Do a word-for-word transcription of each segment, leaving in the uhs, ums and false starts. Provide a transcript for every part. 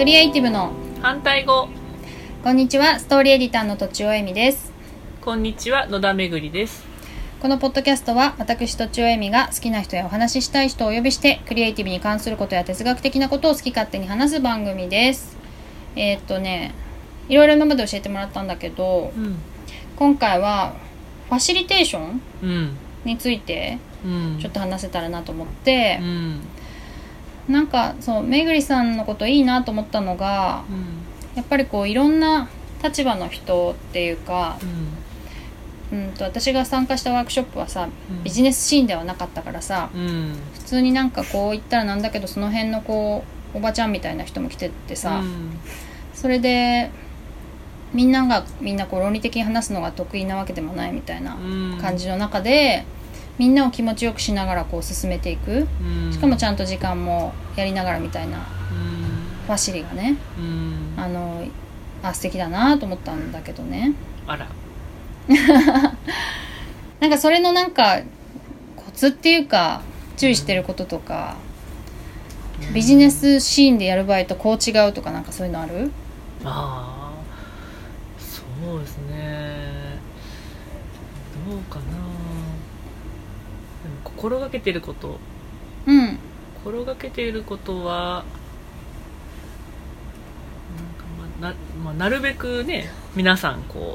クリエイティブの反対語。 こんにちは、ストーリーエディターのとちおえみです。 こんにちは、野田めぐりです。 このポッドキャストは私とちおえみが好きな人やお話ししたい人をお呼びしてクリエイティブに関することや哲学的なことを好き勝手に話す番組です。えー、っとねいろいろ今まで教えてもらったんだけど、うん、今回はファシリテーションについてちょっと話せたらなと思って、うん、なんかそうめぐりさんのこといいなと思ったのが、うん、やっぱりこういろんな立場の人っていうか、うんうん、と私が参加したワークショップはさ、うん、ビジネスシーンではなかったからさ、うん、普通になんかこう言ったらなんだけどその辺のこうおばちゃんみたいな人も来てってさ、うん、それでみんながみんなこう論理的に話すのが得意なわけでもないみたいな感じの中で、みんなを気持ちよくしながらこう進めていく、うん、しかもちゃんと時間もやりながらみたいな、うん、ファシリがね、うん、あのあ素敵だなと思ったんだけどね。 あらなんかそれのなんかコツっていうか注意してることとか、うん、ビジネスシーンでやる場合とこう違うとかなんかそういうのある？ ああそうですね、どうかな。でも心がけていること、うん、心がけていることはなんか、まあ な, まあ、なるべくね皆さんこ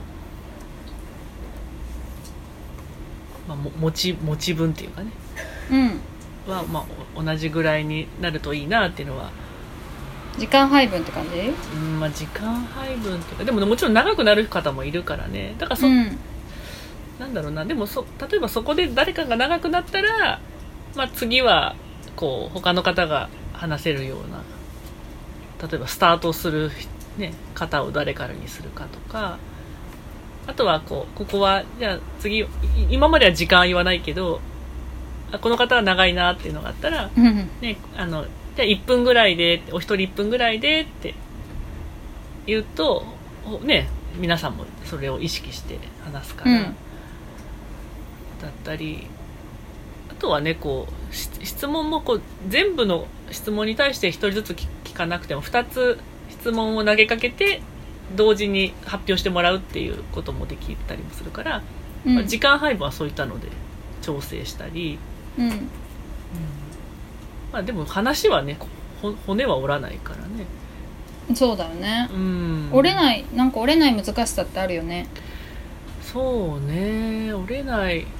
う、まあ、も持ち持ち分っていうかね、うん、は、まあ、同じぐらいになるといいなっていうのは。 時間配分って感じ？ うん、まあ時間配分っていうか、でももちろん長くなる方もいるからね。だからそ、うん、なんだろうな、でもそ例えばそこで誰かが長くなったら、まあ次はこう他の方が話せるような、例えばスタートするね方を誰からにするかとか、あとはこうここはじゃあ次今までは時間は言わないけど、この方は長いなっていうのがあったら、うん、ねあの。じゃあいっぷんぐらいでお一人いっぷんぐらいでって言うとね、皆さんもそれを意識して話すから、うん、だったり、あとはねこう質問もこう全部の質問に対して一人ずつ聞かなくてもふたつ質問を投げかけて同時に発表してもらうっていうこともできたりもするから、うんまあ、時間配分はそういったので調整したり、うんうんまあ、でも話はね骨は折らないからね。 そうだよね、うん、折れないなんか折れない難しさってあるよね。 そうね、折れないね、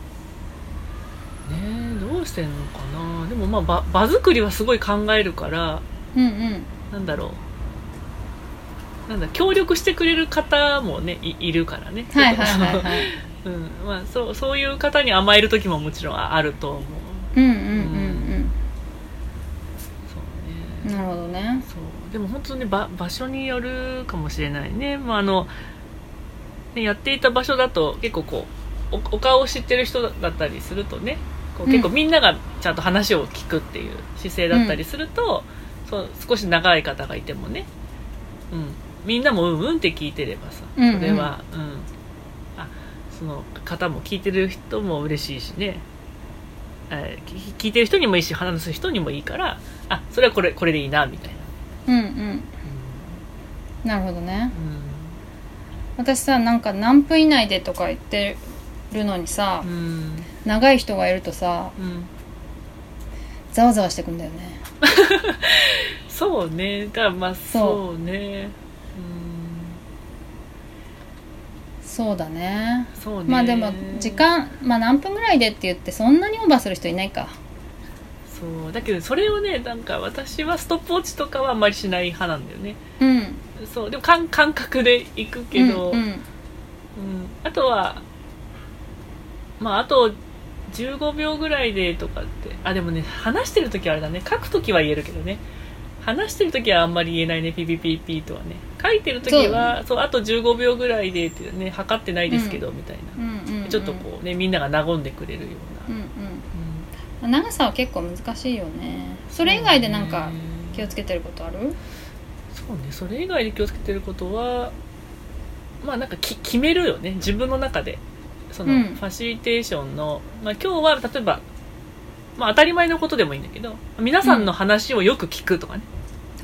どうしてんのかな。でもまあ 場, 場作りはすごい考えるから、うんうん、なんだろうなんだ協力してくれる方もね い, いるからね。はいはいはい、はいうんまあ、そうそういう方に甘える時ももちろんあると思う。うんうんうんうんなるほどね。 そうでも本当に 場, 場所によるかもしれないね。まああのねやっていた場所だと結構こう お, お顔を知ってる人だったりするとね、こう結構みんながちゃんと話を聞くっていう姿勢だったりすると、うん、そう少し長い方がいてもね、うん、みんなもうんうんって聞いてればさ、それは、うん、うん、あその方も聞いてる人も嬉しいしね。聞いてる人にもいいし話す人にもいいから、あそれはこれこれでいいなみたいな。うんうん、うん、 なるほどね、うん、私さなんか何分以内でとか言ってるのにさ、うん、長い人がいるとさ、うん、ざわざわしてくんだよねそうね、だからまあそうね、 そうだね。そうね。まあでも時間、まあ何分ぐらいでって言ってそんなにオーバーする人いないか。 そうだけどそれをねなんか私はストップウォッチとかはあんまりしない派なんだよね。うん。そうでも感感覚で行くけど、うん、うんうん、あとはまああとじゅうごびょうぐらいでとかって、あでもね話してる時はあれだね、書く時は言えるけどね。話してる時はあんまり言えないね、ピピピピとはね。書いてる時は そう, そうあとじゅうごびょうぐらいでってね、測ってないですけど、うん、みたいな、うんうんうん、ちょっとこうねみんなが和んでくれるような、うんうんうん、長さは結構難しいよね。それ以外でなんか気をつけてることある？ そうね、それ以外で気をつけてることはまあなんかき決めるよね、自分の中で。その、うん、ファシリテーションの、まあ、今日は例えば、まあ、当たり前のことでもいいんだけど皆さんの話をよく聞くとかね、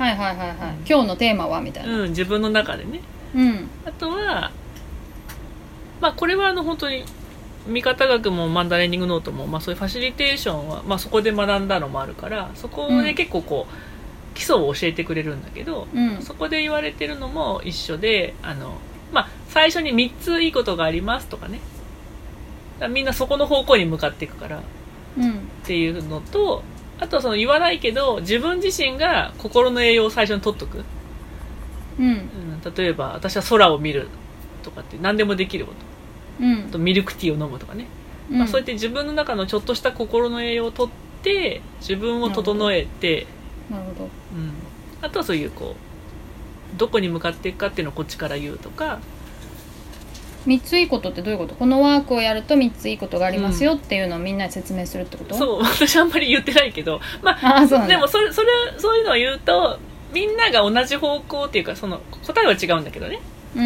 はいはいはいはい、 うん、 今日のテーマはみたいな、 うん、自分の中でね、 うん、 あとはまあこれはあの本当に見方学もマンダレーニングノートも、まあ、そういうファシリテーションは、まあ、そこで学んだのもあるからそこで結構こう基礎を教えてくれるんだけど、 うん、 そこで言われてるのも一緒であの、まあ、最初にみっついいことがありますとかね、みんなそこの方向に向かっていくからっていうのと、あとはその言わないけど自分自身が心の栄養を最初に取っとく、 うんうん、 例えば私は空を見るとかって何でもできること、うん、とミルクティーを飲むとかね、うん、まあ、そうやって自分の中のちょっとした心の栄養を取って自分を整えて、 なるほど、 うん、あとはそういうこうどこに向かっていくかっていうのをこっちから言うとか。 みっついいことってどういうこと？このワークをやるとみっついいことがありますよっていうのをみんなに説明するってこと？ うん、そう、私あんまり言ってないけど、まあ、 あ、そうなんだ。 でもそれそれそういうのを言うとみんなが同じ方向っていうかその答えは違うんだけどね、 うんうん、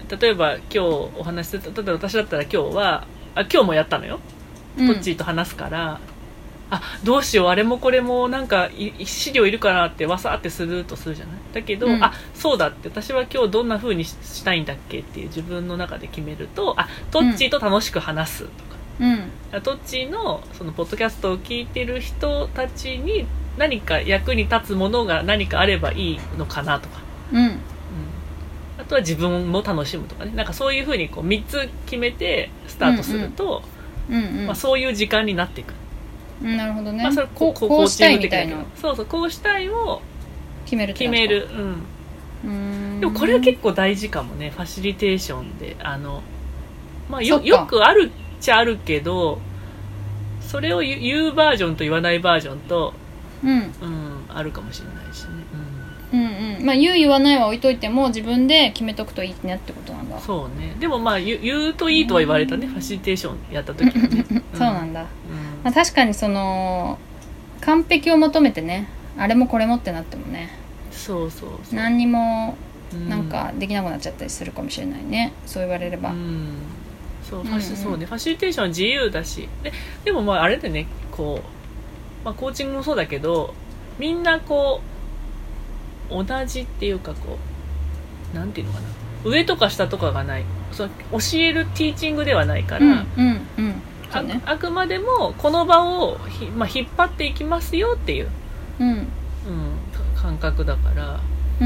例えば今日お話しする、例えば私だったら今日はあ今日もやったのよ、トッチーと話すから、あどうしようあれもこれもなんか資料いるかなってわさってするとするじゃない。だけど、うん、あそうだって私は今日どんな風にしたいんだっけっていう自分の中で決めると、あトッチーと楽しく話すとか、うん、トッチーのそのポッドキャストを聞いてる人たちに何か役に立つものが何かあればいいのかなとか、うんうん、あとは自分も楽しむとかね、なんかそういう風にこうみっつ決めてスタートすると、うんうんうんうん、まあ、そういう時間になっていく。 なるほどね、 まあ、それこう、こうしたいみたいな、そうそうこうしたいを決める決める、うん、うーんでもこれは結構大事かもね、ファシリテーションであの、まあ、よ, よくあるっちゃあるけどそれを言うバージョンと言わないバージョンと、うんうん、あるかもしれないしね、 うんうんうん、まあ言う言わないは置いといても自分で決めとくといいねってことなんだ。 そうね、でもまあ 言, 言うといいとは言われたね、ファシリテーションやった時はねそうなんだ、うん、まあ、確かにその完璧を求めてねあれもこれもってなってもね、 そうそうそう何にもなんかできなくなっちゃったりするかもしれないね、うん、そう言われれば、うん、 そう、うんうん、そうね、ファシリテーションは自由だし で, でもまああれでねこう、まあ、コーチングもそうだけどみんなこう同じっていうかこうなんていうのかな、上とか下とかがない、その教えるティーチングではないから、うんうんうん、あ, ね、あくまでもこの場をひ、まあ、引っ張っていきますよっていう、うんうん、感覚だから、うんうん、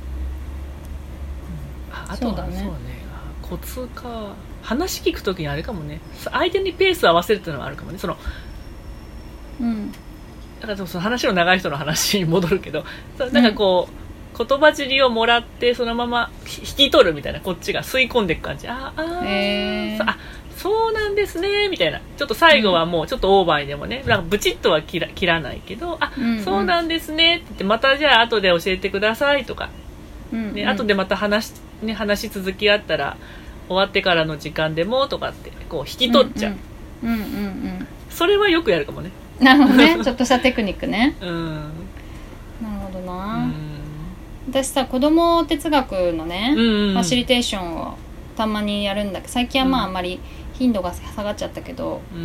あ, あとはそうだね、そうね、コツか、話聞くときにあれかもね、相手にペースを合わせるっていうのはあるかもね、その、うん、だからその話の長い人の話に戻るけど、なんかこう、うん、言葉尻をもらってそのまま引き取るみたいな、こっちが吸い込んでいく感じ、ああ、えー、あそうなんですねみたいな、ちょっと最後はもうちょっとオーバーにでもね、なんかブチッとは切 ら, 切らないけど、あ、うんうん、そうなんですねって言って、またじゃあ後で教えてくださいとか、うんうん、ね、後でまた話、ね、話続きあったら終わってからの時間でもとかってこう引き取っちゃう、うんうんうんうん、それはよくやるかもね。 なるほどねちょっとしたテクニックね、うん、なるほどな、うん、私さ子供哲学のね、うんうん、ファシリテーションをたまにやるんだけど、最近はまああんまり頻度が下がっちゃったけど、うん、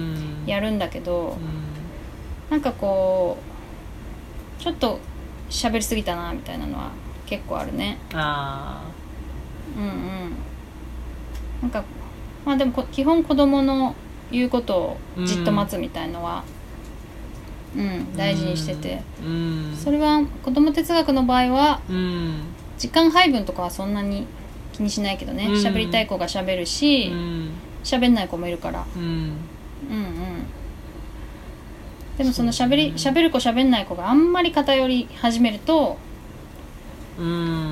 やるんだけど、うん、なんかこうちょっと喋りすぎたなみたいなのは結構あるね。あうんうんなんかまあでも基本子供の言うことをじっと待つみたいのは、うんうん、大事にしてて、うん、それは子供哲学の場合は、うん、時間配分とかはそんなに気にしないけどね、喋、うん、りたい子が喋るし喋、うん、んない子もいるから、うん、うんうんでもその喋り喋る子喋んない子があんまり偏り始めると、うん、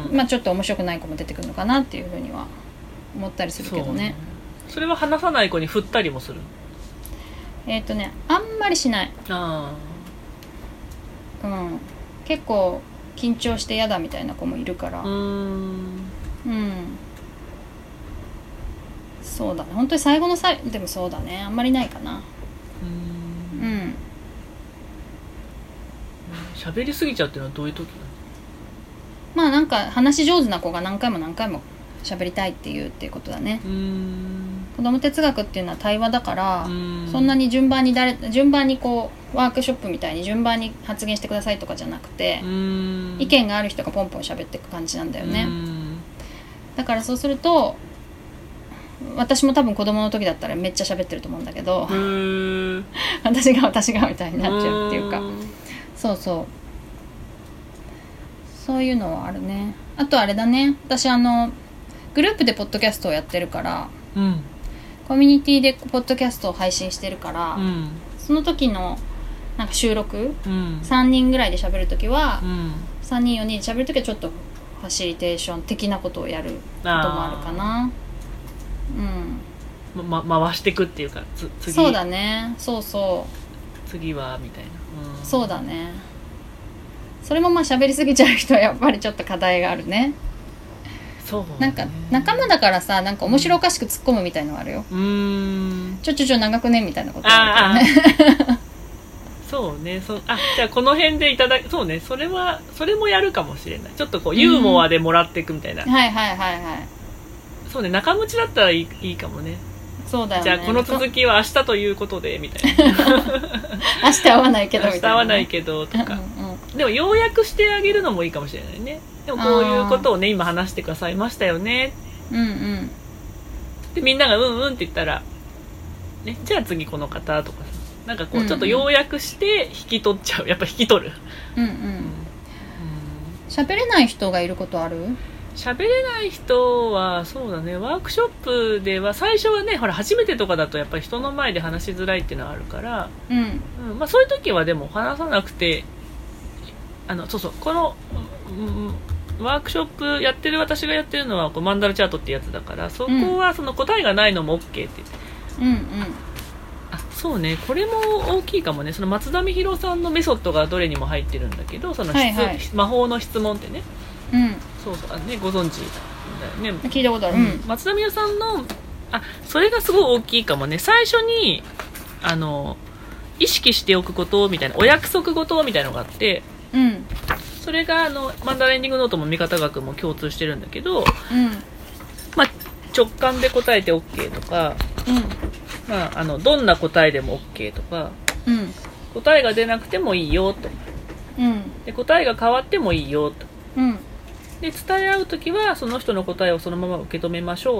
まあちょっと面白くない子も出てくるのかなっていうふうには思ったりするけどね。 そ, それは話さない子に振ったりもする？ えっ、ー、とねあんまりしない。あうん、結構緊張して嫌だみたいな子もいるから、うーん、うん、そうだね、本当に最後の最後でもそうだね、あんまりないかな。うーん、うん、 喋りすぎちゃうっていうのはどういう時なの？ まあなんか話し上手な子が何回も何回も喋りたいっていうっていうことだね。 うーん子ども哲学っていうのは対話だから、 うーんそんなに順番に誰順番にこうワークショップみたいに順番に発言してくださいとかじゃなくて、 うーん意見がある人がポンポン喋っていく感じなんだよね。 うーんだからそうすると私も多分子供の時だったらめっちゃ喋ってると思うんだけど、 うーん私が私がみたいになっちゃうっていうか、 ーんそうそうそういうのはあるね。あとあれだね、私あのグループでポッドキャストをやってるから、 うんコミュニティでポッドキャストを配信してるから、 うんその時のなんか収録、 うんさんにんぐらいで喋る時は、 うんさんにんよにんで喋る時はちょっとファシリテーション的なことをやることもあるかな。うん、 ま、回していくっていうかつ次そうだね、そうそ次はみたいな、 う、 うん、 そうだね。それもまあ喋りすぎちゃう人はやっぱりちょっと課題があるね。 そうねなんか仲間だからさ、なんか面白おかしく突っ込むみたいのはあるよ。 うーんちょちょちょ長くねみたいなことあるからね。 そうねそあじゃあこの辺でいただそうねそれはそれもやるかもしれない。ちょっとこうユーモアでもらっていくみたいな、うん、 はいはいはいはい。 そうね仲持ちだったらいい、いいかもね。 そうだよね。 じゃあこの続きは明日ということでみたいな明日会わないけどみたいな、ね、 明日会わないけどとかうんうん、 でも要約してあげるのもいいかもしれないね。でもこういうことをね今話してくださいましたよね。 うんうん。 でみんながうんうんって言ったら、ね、じゃあ次この方とかさ、なんかこうちょっと要約して引き取っちゃう。やっぱ引き取る。 うんうん。喋、うん、れない人がいることある？ 喋れない人はそうだね。ワークショップでは最初はね、ほら初めてとかだとやっぱり人の前で話しづらいっていうのはあるから、 うんうんまあ、そういう時はでも話さなくて、あのそうそうこの、うん、ワークショップやってる私がやってるのはこうマンダラチャートってやつだから、そこはその答えがないのも OK って言って、 うんうん、 あそうねこれも大きいかもね。その松田美弘さんのメソッドがどれにも入ってるんだけど、その、はいはい、魔法の質問ってね、 うん、 そうそうあ、ね、ご存知だよね。 聞いたことある、うん、 松田美弘さんのあそれがすごい大きいかもね。最初にあの意識しておくことみたいなお約束事みたいなのがあって、 うん、 それがあのマンダラエンディングノートも見方学も共通してるんだけど、 うんまあ、直感で答えて OK とか、うんまあ、あのどんな答えでも OK とか、 うん、 答えが出なくてもいいよと、 うん、 で答えが変わってもいいよと、 うん、 で伝え合うときはその人の答えをそのまま受け止めましょう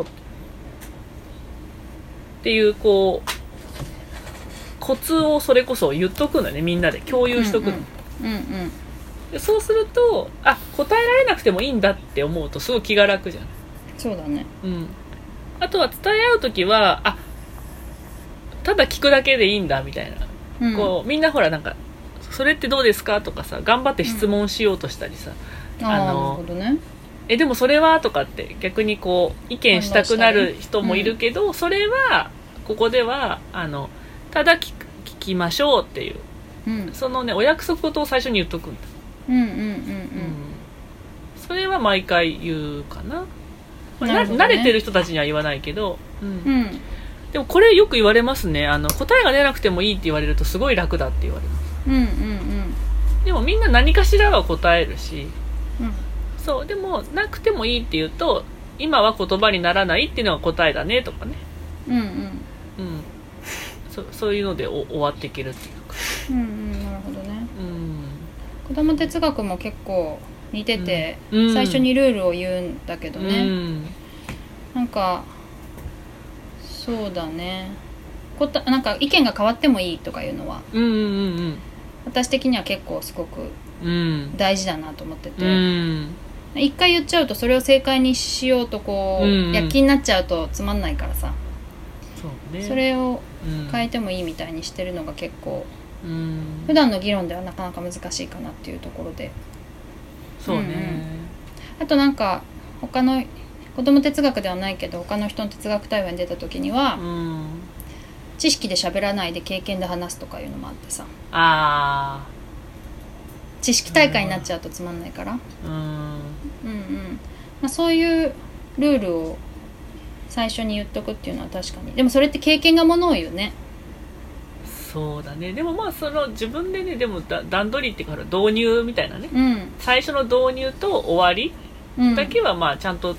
っていうこうコツをそれこそ言っとくのね。みんなで共有しとくの、 うんうんうんうん、 でそうするとあ答えられなくてもいいんだって思うとすごい気が楽じゃん。 そうだね、 うん、あとは伝え合うときはあただ聞くだけでいいんだみたいな、うん、こうみんなほらなんかそれってどうですかとかさ頑張って質問しようとしたりさ、 うん、ああなるほどね。 えでもそれはとかって逆にこう意見したくなる人もいるけど、うん、それはここではあのただ聞く聞きましょうっていう、うん、そのねお約束事を最初に言っとくんだ。 うんうんうんうん、うん、 それは毎回言うかな、まあなるほどね、 慣れてる人たちには言わないけど、うんうん、 でもこれよく言われますね。あの答えが出なくてもいいって言われるとすごい楽だって言われます。 うんうんうん、 でもみんな何かしらは答えるし、 うん、 そうでもなくてもいいって言うと今は言葉にならないっていうのが答えだねとかね、 うんうんうん、 そ, そういうのでお終わっていけるっていうか、 うんうん、なるほどね、 うん、 子供哲学も結構似てて、 うん、 最初にルールを言うんだけどね、うん、なんかそうだねこたなんか意見が変わってもいいとかいうのは、 うんうんうん、 私的には結構すごく大事だなと思ってて、うん、一回言っちゃうとそれを正解にしようとこう、うんうん、躍起になっちゃうとつまんないからさ、 そうね、 それを変えてもいいみたいにしてるのが結構、 うん、 普段の議論ではなかなか難しいかなっていうところで、 そうね、 うんうん、あとなんか他の子供哲学ではないけど他の人の哲学対話に出た時には、うん、知識で喋らないで経験で話すとかいうのもあってさ、 あ知識大会になっちゃうとつまんないから、 うん、うんうんまあ、そういうルールを最初に言っとくっていうのは確かに。でもそれって経験がものを言うね。 そうだね。でもまあその自分でね、でもだ段取りっていうか導入みたいなね、 うん、 最初の導入と終わりだけはまあちゃんとこ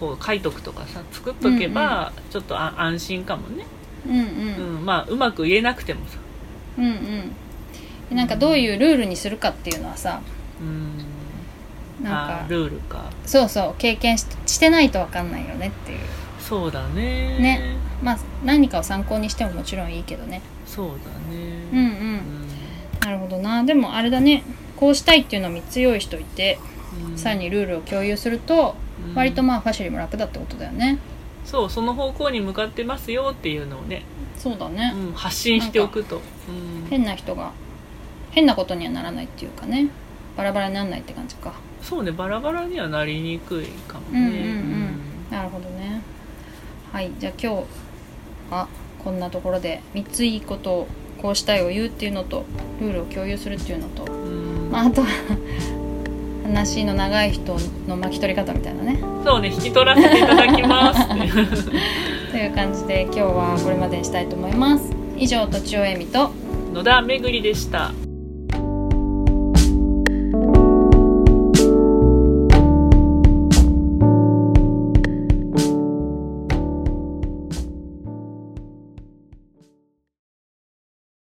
こう書いとくとかさ作っとけばちょっとあ安心かもね。 うんうんうん、まあうまく言えなくてもさ。 うんうん。なんかどういうルールにするかっていうのはさ、 うん、 なんかあルールか。 そうそう経験 し, してないと分かんないよねっていう。 そうだね。 ね。まあ何かを参考にしてももちろんいいけどね。 そうだね。 うんうん。 うん、 なるほどな。でもあれだね。こうしたいっていうのをみっつ用意しといて、うん、さらにルールを共有すると、うん、割とまあファシリも楽だってことだよね。 そう、その方向に向かってますよっていうのをね。 そうだね、 うん、発信しておくと、うん、 変な人が変なことにはならないっていうかね、バラバラにならないって感じか。 そうね、バラバラにはなりにくいかもね。 うんうんうん、なるほどね。はい、じゃあ今日はこんなところでみっついいことをこうしたいを言うっていうのとルールを共有するっていうのと、うん、まあ、あとは話の長い人の巻き取り方みたいなね。 そうね、引き取らせていただきますという感じで今日はこれまでにしたいと思います。以上、とちおえみと野田めぐりでした。